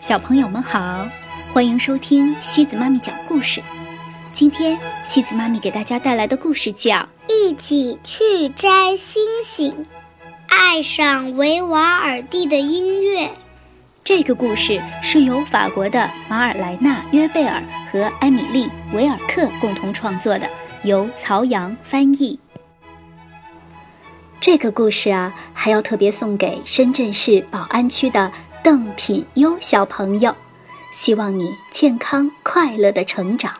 小朋友们好，欢迎收听西子妈咪讲故事。今天西子妈咪给大家带来的故事叫《 一起去摘星星，爱上维瓦尔第的音乐》。 这个故事是由法国的马尔莱纳·约贝尔和埃米丽·维尔克共同创作的，由曹阳翻译。这个故事啊，还要特别送给深圳市宝安区的邓品优小朋友，希望你健康快乐的成长。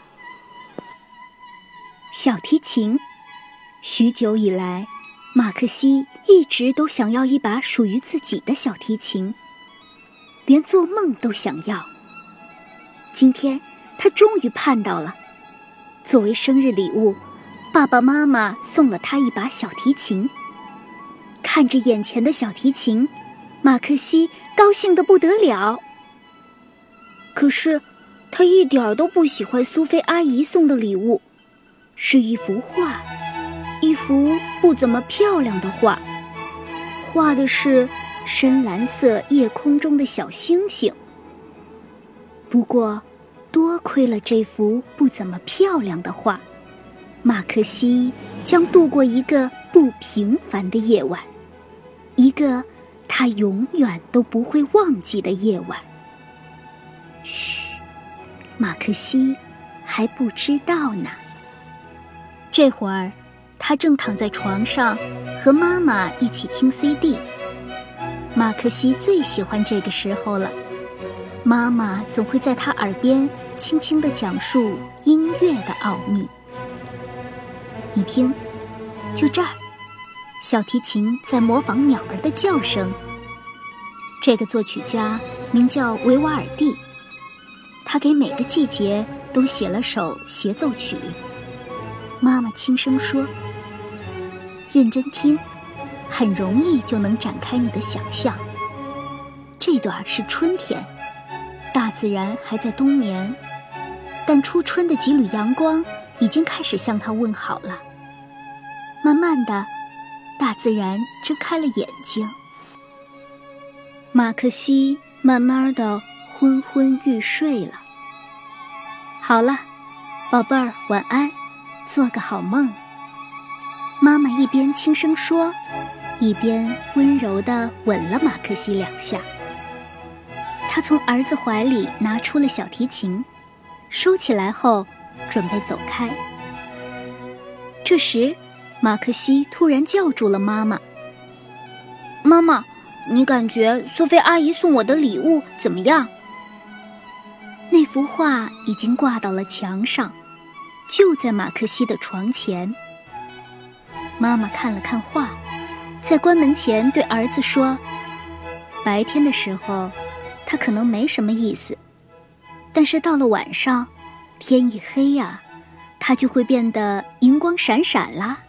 小提琴，许久以来，马克西一直都想要一把属于自己的小提琴，连做梦都想要。今天他终于盼到了，作为生日礼物，爸爸妈妈送了他一把小提琴。看着眼前的小提琴，马克西高兴得不得了。可是他一点儿都不喜欢苏菲阿姨送的礼物，是一幅画，一幅不怎么漂亮的画，画的是深蓝色夜空中的小星星。不过多亏了这幅不怎么漂亮的画，马克西将度过一个不平凡的夜晚，一个他永远都不会忘记的夜晚。嘘，马克西还不知道呢。这会儿他正躺在床上和妈妈一起听 CD。 马克西最喜欢这个时候了，妈妈总会在他耳边轻轻地讲述音乐的奥秘。你听，就这儿，小提琴在模仿鸟儿的叫声。这个作曲家名叫维瓦尔第，他给每个季节都写了首协奏曲。妈妈轻声说，认真听，很容易就能展开你的想象。这段是春天，大自然还在冬眠，但初春的几缕阳光已经开始向他问好了。慢慢的，大自然睁开了眼睛。马克西慢慢的昏昏欲睡了。好了，宝贝儿，晚安，做个好梦。妈妈一边轻声说，一边温柔地吻了马克西2下。她从儿子怀里拿出了小提琴，收起来后准备走开。这时马克西突然叫住了妈妈。妈妈，你感觉苏菲阿姨送我的礼物怎么样？那幅画已经挂到了墙上，就在马克西的床前。妈妈看了看画，在关门前对儿子说，白天的时候它可能没什么意思，但是到了晚上，天一黑呀，它就会变得银光闪闪啦。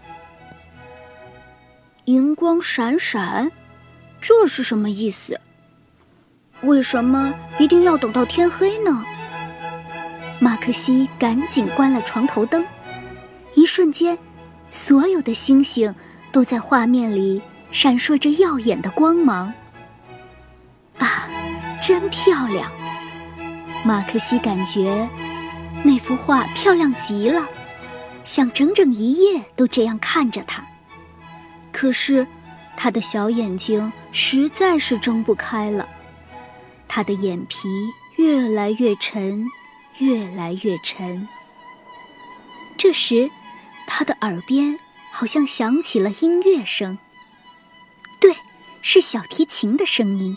银光闪闪，这是什么意思？为什么一定要等到天黑呢？马克西赶紧关了床头灯，一瞬间，所有的星星都在画面里闪烁着耀眼的光芒。啊，真漂亮！马克西感觉那幅画漂亮极了，想整整一夜都这样看着它。可是他的小眼睛实在是睁不开了，他的眼皮越来越沉，越来越沉。这时他的耳边好像响起了音乐声，对，是小提琴的声音。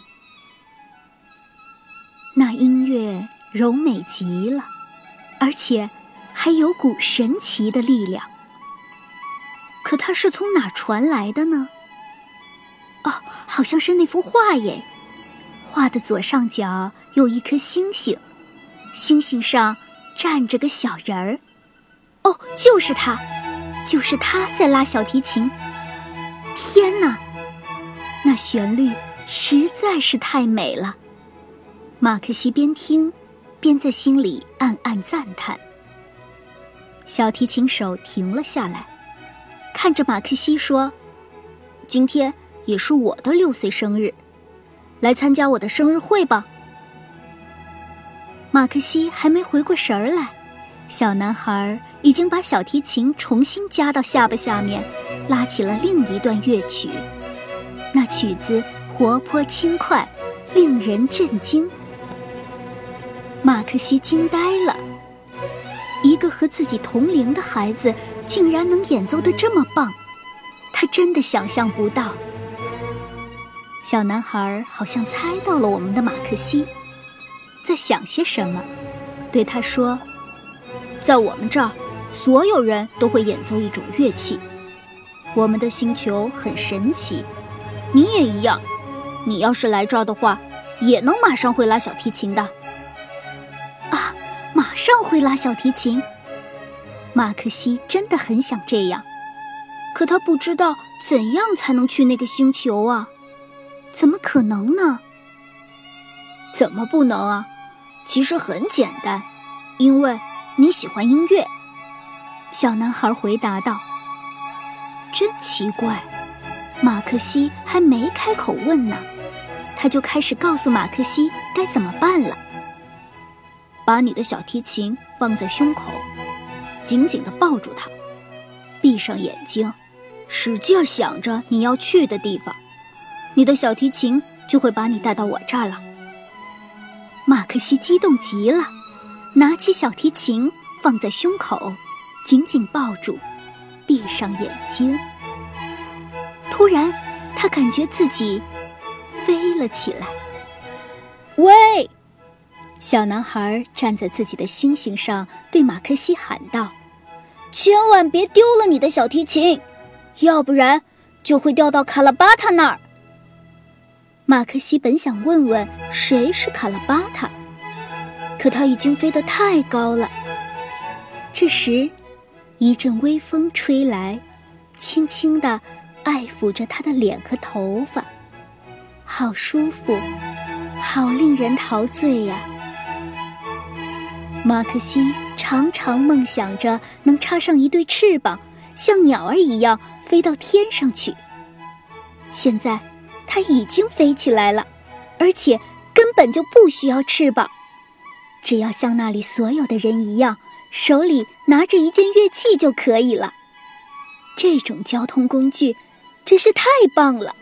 那音乐柔美极了，而且还有股神奇的力量。可它是从哪传来的呢？哦，好像是那幅画耶。画的左上角有一颗星星，星星上站着个小人儿。哦，就是他，就是他在拉小提琴。天哪，那旋律实在是太美了。马克西边听边在心里暗暗赞叹。小提琴手停了下来，看着马克西说，今天也是我的6岁生日，来参加我的生日会吧。 马克西还没回过神儿来，小男孩已经把小提琴重新夹到下巴下面，拉起了另一段乐曲。那曲子活泼轻快，令人震惊。马克西惊呆了，一个和自己同龄的孩子竟然能演奏得这么棒，他真的想象不到。小男孩好像猜到了我们的马克西在想些什么，对他说：在我们这儿，所有人都会演奏一种乐器。我们的星球很神奇，你也一样。你要是来这儿的话，也能马上会拉小提琴的。啊，马上会拉小提琴？马克西真的很想这样，可他不知道怎样才能去那个星球啊。怎么可能呢？怎么不能啊？其实很简单，因为你喜欢音乐。小男孩回答道。真奇怪，马克西还没开口问呢，他就开始告诉马克西该怎么办了。把你的小提琴放在胸口，紧紧地抱住它，闭上眼睛，使劲想着你要去的地方，你的小提琴就会把你带到我这儿了。马克西激动极了，拿起小提琴放在胸口，紧紧抱住，闭上眼睛。突然，他感觉自己飞了起来。喂！小男孩站在自己的星星上，对马克西喊道：千万别丢了你的小提琴，要不然就会掉到卡拉巴塔那儿。马克西本想问问谁是卡拉巴塔，可他已经飞得太高了。这时，一阵微风吹来，轻轻地爱抚着他的脸和头发，好舒服，好令人陶醉呀。马克西常常梦想着能插上一对翅膀，像鸟儿一样飞到天上去。现在他已经飞起来了，而且根本就不需要翅膀，只要像那里所有的人一样，手里拿着一件乐器就可以了。这种交通工具真是太棒了。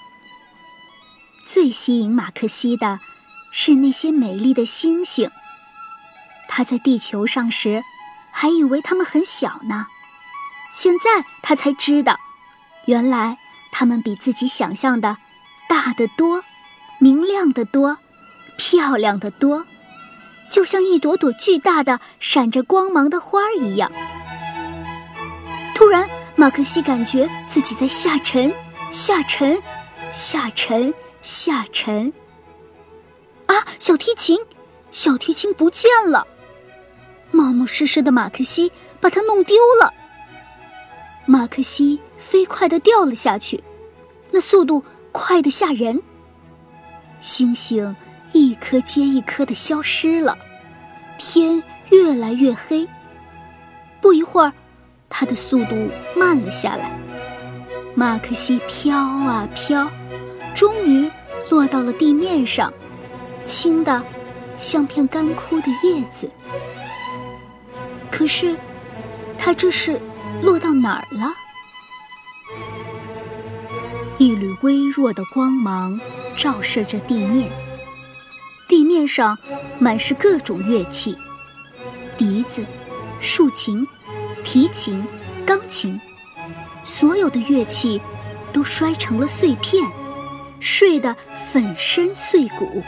最吸引马克西的是那些美丽的星星。他在地球上时还以为它们很小呢，现在他才知道，原来它们比自己想象的大得多，明亮得多，漂亮得多，就像一朵朵巨大的闪着光芒的花一样。突然，马克西感觉自己在下沉，下沉，下沉，下沉。啊，小提琴不见了！冒冒失失的马克西把它弄丢了。马克西飞快地掉了下去，那速度快得吓人。星星一颗接一颗地消失了，天越来越黑。不一会儿，他的速度慢了下来。马克西飘啊飘，终于落到了地面上，轻得像片干枯的叶子。可是，他这是落到哪儿了？一缕微弱的光芒照射着地面，地面上满是各种乐器，笛子、竖琴、提琴、钢琴，所有的乐器都摔成了碎片，碎得粉身碎骨。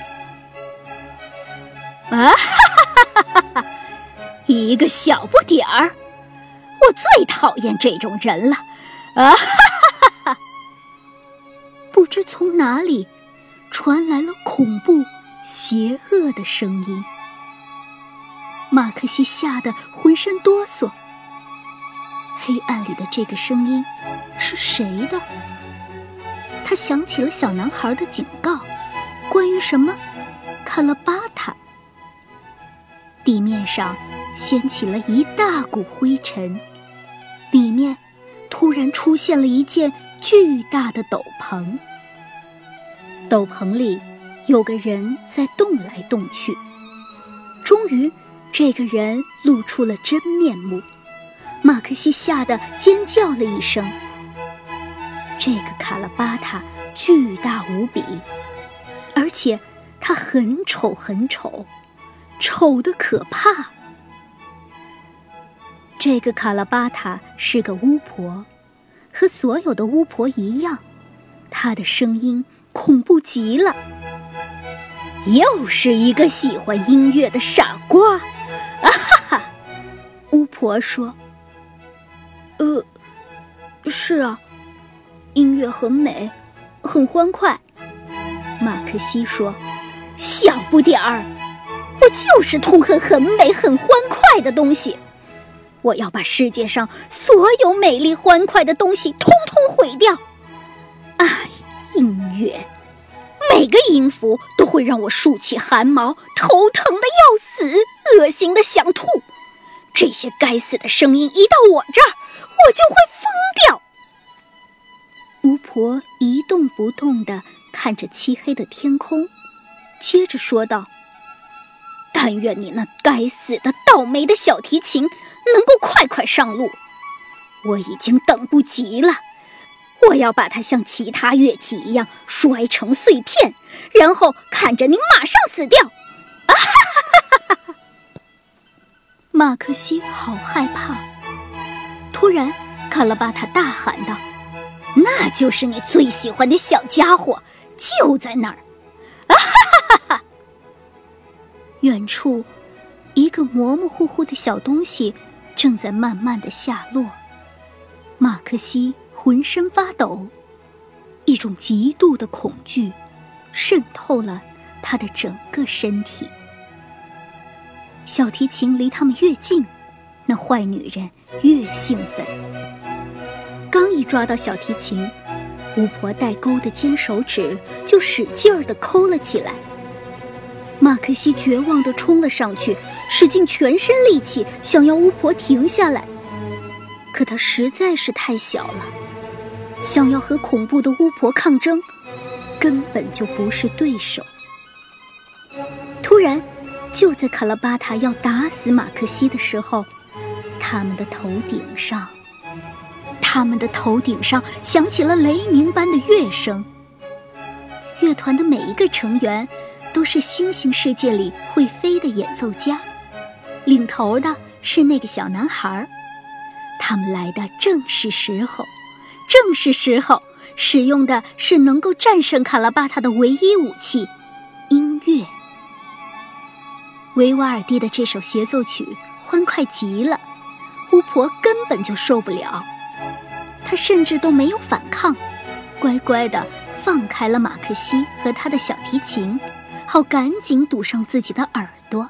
啊哈哈哈哈哈！一个小不点儿，我最讨厌这种人了！啊哈哈哈哈！不知从哪里传来了恐怖、邪恶的声音。马克西吓得浑身哆嗦。黑暗里的这个声音是谁的？他想起了小男孩的警告，关于什么卡拉巴塔。地面上掀起了一大股灰尘，里面突然出现了一件巨大的斗篷。斗篷里有个人在动来动去， 终于，这个人露出了真面目。马克西吓得尖叫了一声。这个卡拉巴塔巨大无比，而且他很丑很丑，丑得可怕。这个卡拉巴塔是个巫婆，和所有的巫婆一样，她的声音恐怖极了。又是一个喜欢音乐的傻瓜，啊哈哈！巫婆说：“是啊，音乐很美，很欢快。”马克西说：“小不点儿，我就是痛恨很美很欢快的东西。我要把世界上所有美丽欢快的东西通通毁掉。哎，音乐，每个音符都会让我竖起汗毛，头疼的要死，恶心的想吐。这些该死的声音一到我这儿，我就会疯掉。”巫婆一动不动地看着漆黑的天空，接着说道：“但愿你那该死的倒霉的小提琴能够快快上路，我已经等不及了。我要把它像其他乐器一样摔成碎片，然后看着你马上死掉。”啊哈哈哈哈！马克西好害怕。突然，卡拉巴塔大喊道：“那就是你最喜欢的小家伙，就在那儿！”啊哈哈哈哈！远处，一个模模糊糊的小东西正在慢慢地下落。马克西浑身发抖，一种极度的恐惧渗透了他的整个身体。小提琴离他们越近，那坏女人越兴奋。刚一抓到小提琴，巫婆带钩的尖手指就使劲儿地抠了起来。马克西绝望地冲了上去，使尽全身力气想要巫婆停下来，可她实在是太小了，想要和恐怖的巫婆抗争，根本就不是对手。突然，就在卡拉巴塔要打死马克西的时候，他们的头顶上响起了雷鸣般的乐声。乐团的每一个成员都是星星世界里会飞的演奏家，领头的是那个小男孩。他们来的正是时候，使用的是能够战胜卡拉巴塔的唯一武器——音乐。维瓦尔第的这首协奏曲欢快极了，巫婆根本就受不了，她甚至都没有反抗，乖乖地放开了马克西和他的小提琴，好赶紧堵上自己的耳朵。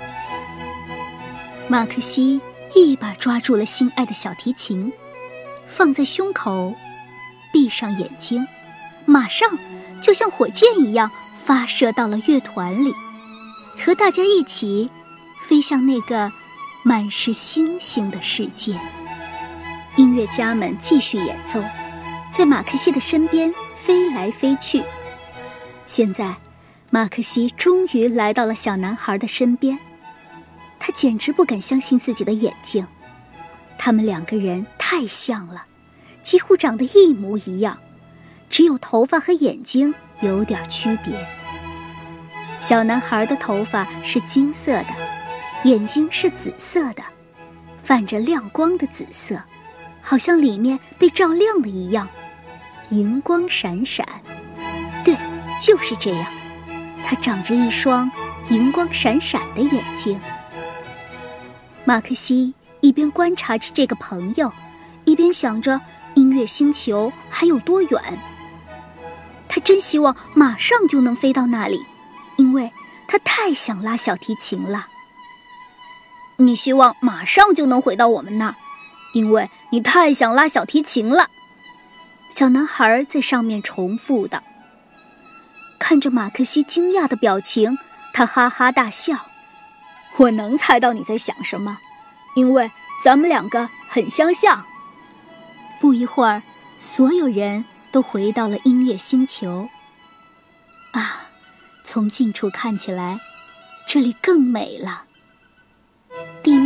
马克西一把抓住了心爱的小提琴，放在胸口，闭上眼睛，马上就像火箭一样发射到了乐团里，和大家一起飞向那个满是星星的世界。音乐家们继续演奏，在马克西的身边飞来飞去。现在马克西终于来到了小男孩的身边，他简直不敢相信自己的眼睛，他们两个人太像了，几乎长得一模一样，只有头发和眼睛有点区别。小男孩的头发是金色的，眼睛是紫色的，泛着亮光的紫色，好像里面被照亮了一样，银光闪闪。对，就是这样，他长着一双银光闪闪的眼睛。马克西一边观察着这个朋友，一边想着音乐星球还有多远。他真希望马上就能飞到那里，因为他太想拉小提琴了。你希望马上就能回到我们那儿，因为你太想拉小提琴了。小男孩在上面重复道。看着马克西惊讶的表情，他哈哈大笑。我能猜到你在想什么，因为咱们两个很相像。不一会儿，所有人都回到了音乐星球。啊，从近处看起来，这里更美了。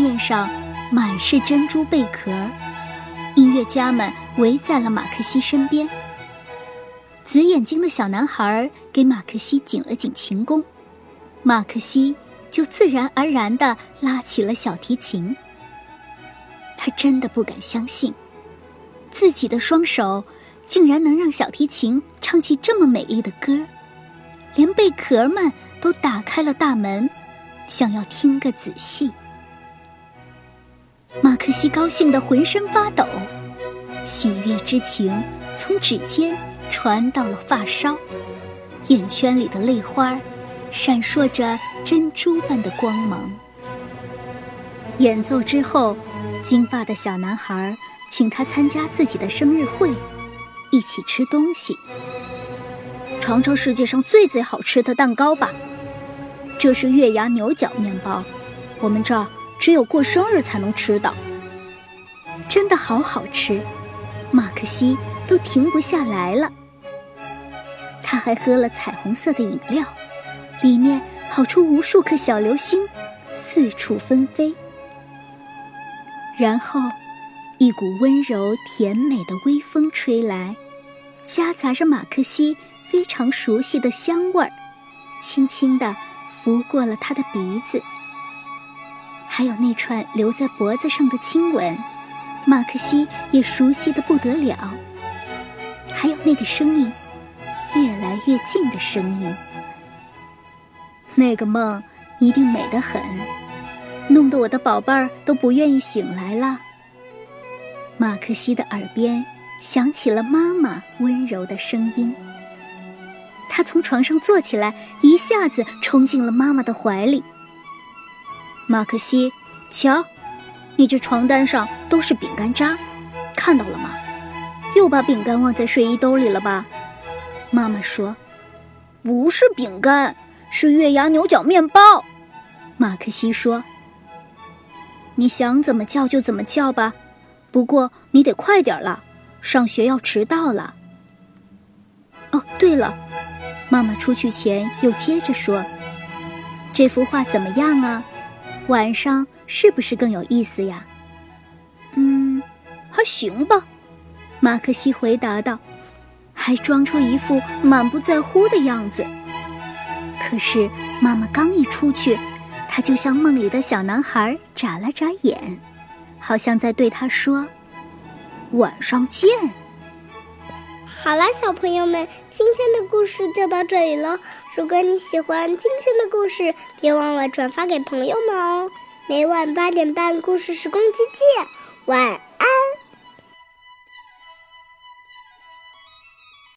面上满是珍珠贝壳。音乐家们围在了马克西身边。紫眼睛的小男孩给马克西紧了紧琴弓，马克西就自然而然地拉起了小提琴。他真的不敢相信，自己的双手竟然能让小提琴唱起这么美丽的歌，连贝壳们都打开了大门，想要听个仔细。马克西高兴得浑身发抖，喜悦之情从指尖传到了发梢，眼圈里的泪花闪烁着珍珠般的光芒。演奏之后，金发的小男孩请他参加自己的生日会，一起吃东西。尝尝世界上最好吃的蛋糕吧，这是月牙牛角面包，我们这儿只有过生日才能吃的。真的好好吃，马克西都停不下来了。他还喝了彩虹色的饮料，里面跑出无数颗小流星，四处纷飞。然后一股温柔甜美的微风吹来，夹杂着马克西非常熟悉的香味儿，轻轻地拂过了他的鼻子。还有那串留在脖子上的亲吻，马克西也熟悉得不得了。还有那个声音，越来越近的声音。那个梦一定美得很，弄得我的宝贝儿都不愿意醒来了。马克西的耳边响起了妈妈温柔的声音。他从床上坐起来，一下子冲进了妈妈的怀里。马克西，瞧，你这床单上都是饼干渣，看到了吗？又把饼干忘在睡衣兜里了吧？妈妈说，不是饼干，是月牙牛角面包。马克西说，你想怎么叫就怎么叫吧，不过你得快点了，上学要迟到了。哦，对了，妈妈出去前又接着说，这幅画怎么样啊？晚上是不是更有意思呀？还行吧，马克西回答道，还装出一副满不在乎的样子。可是妈妈刚一出去，他就像梦里的小男孩眨了眨眼，好像在对他说，晚上见。 好了，小朋友们，今天的故事就到这里了。如果你喜欢今天的故事，别忘了转发给朋友们哦。每晚8点半，故事时光机见，晚安。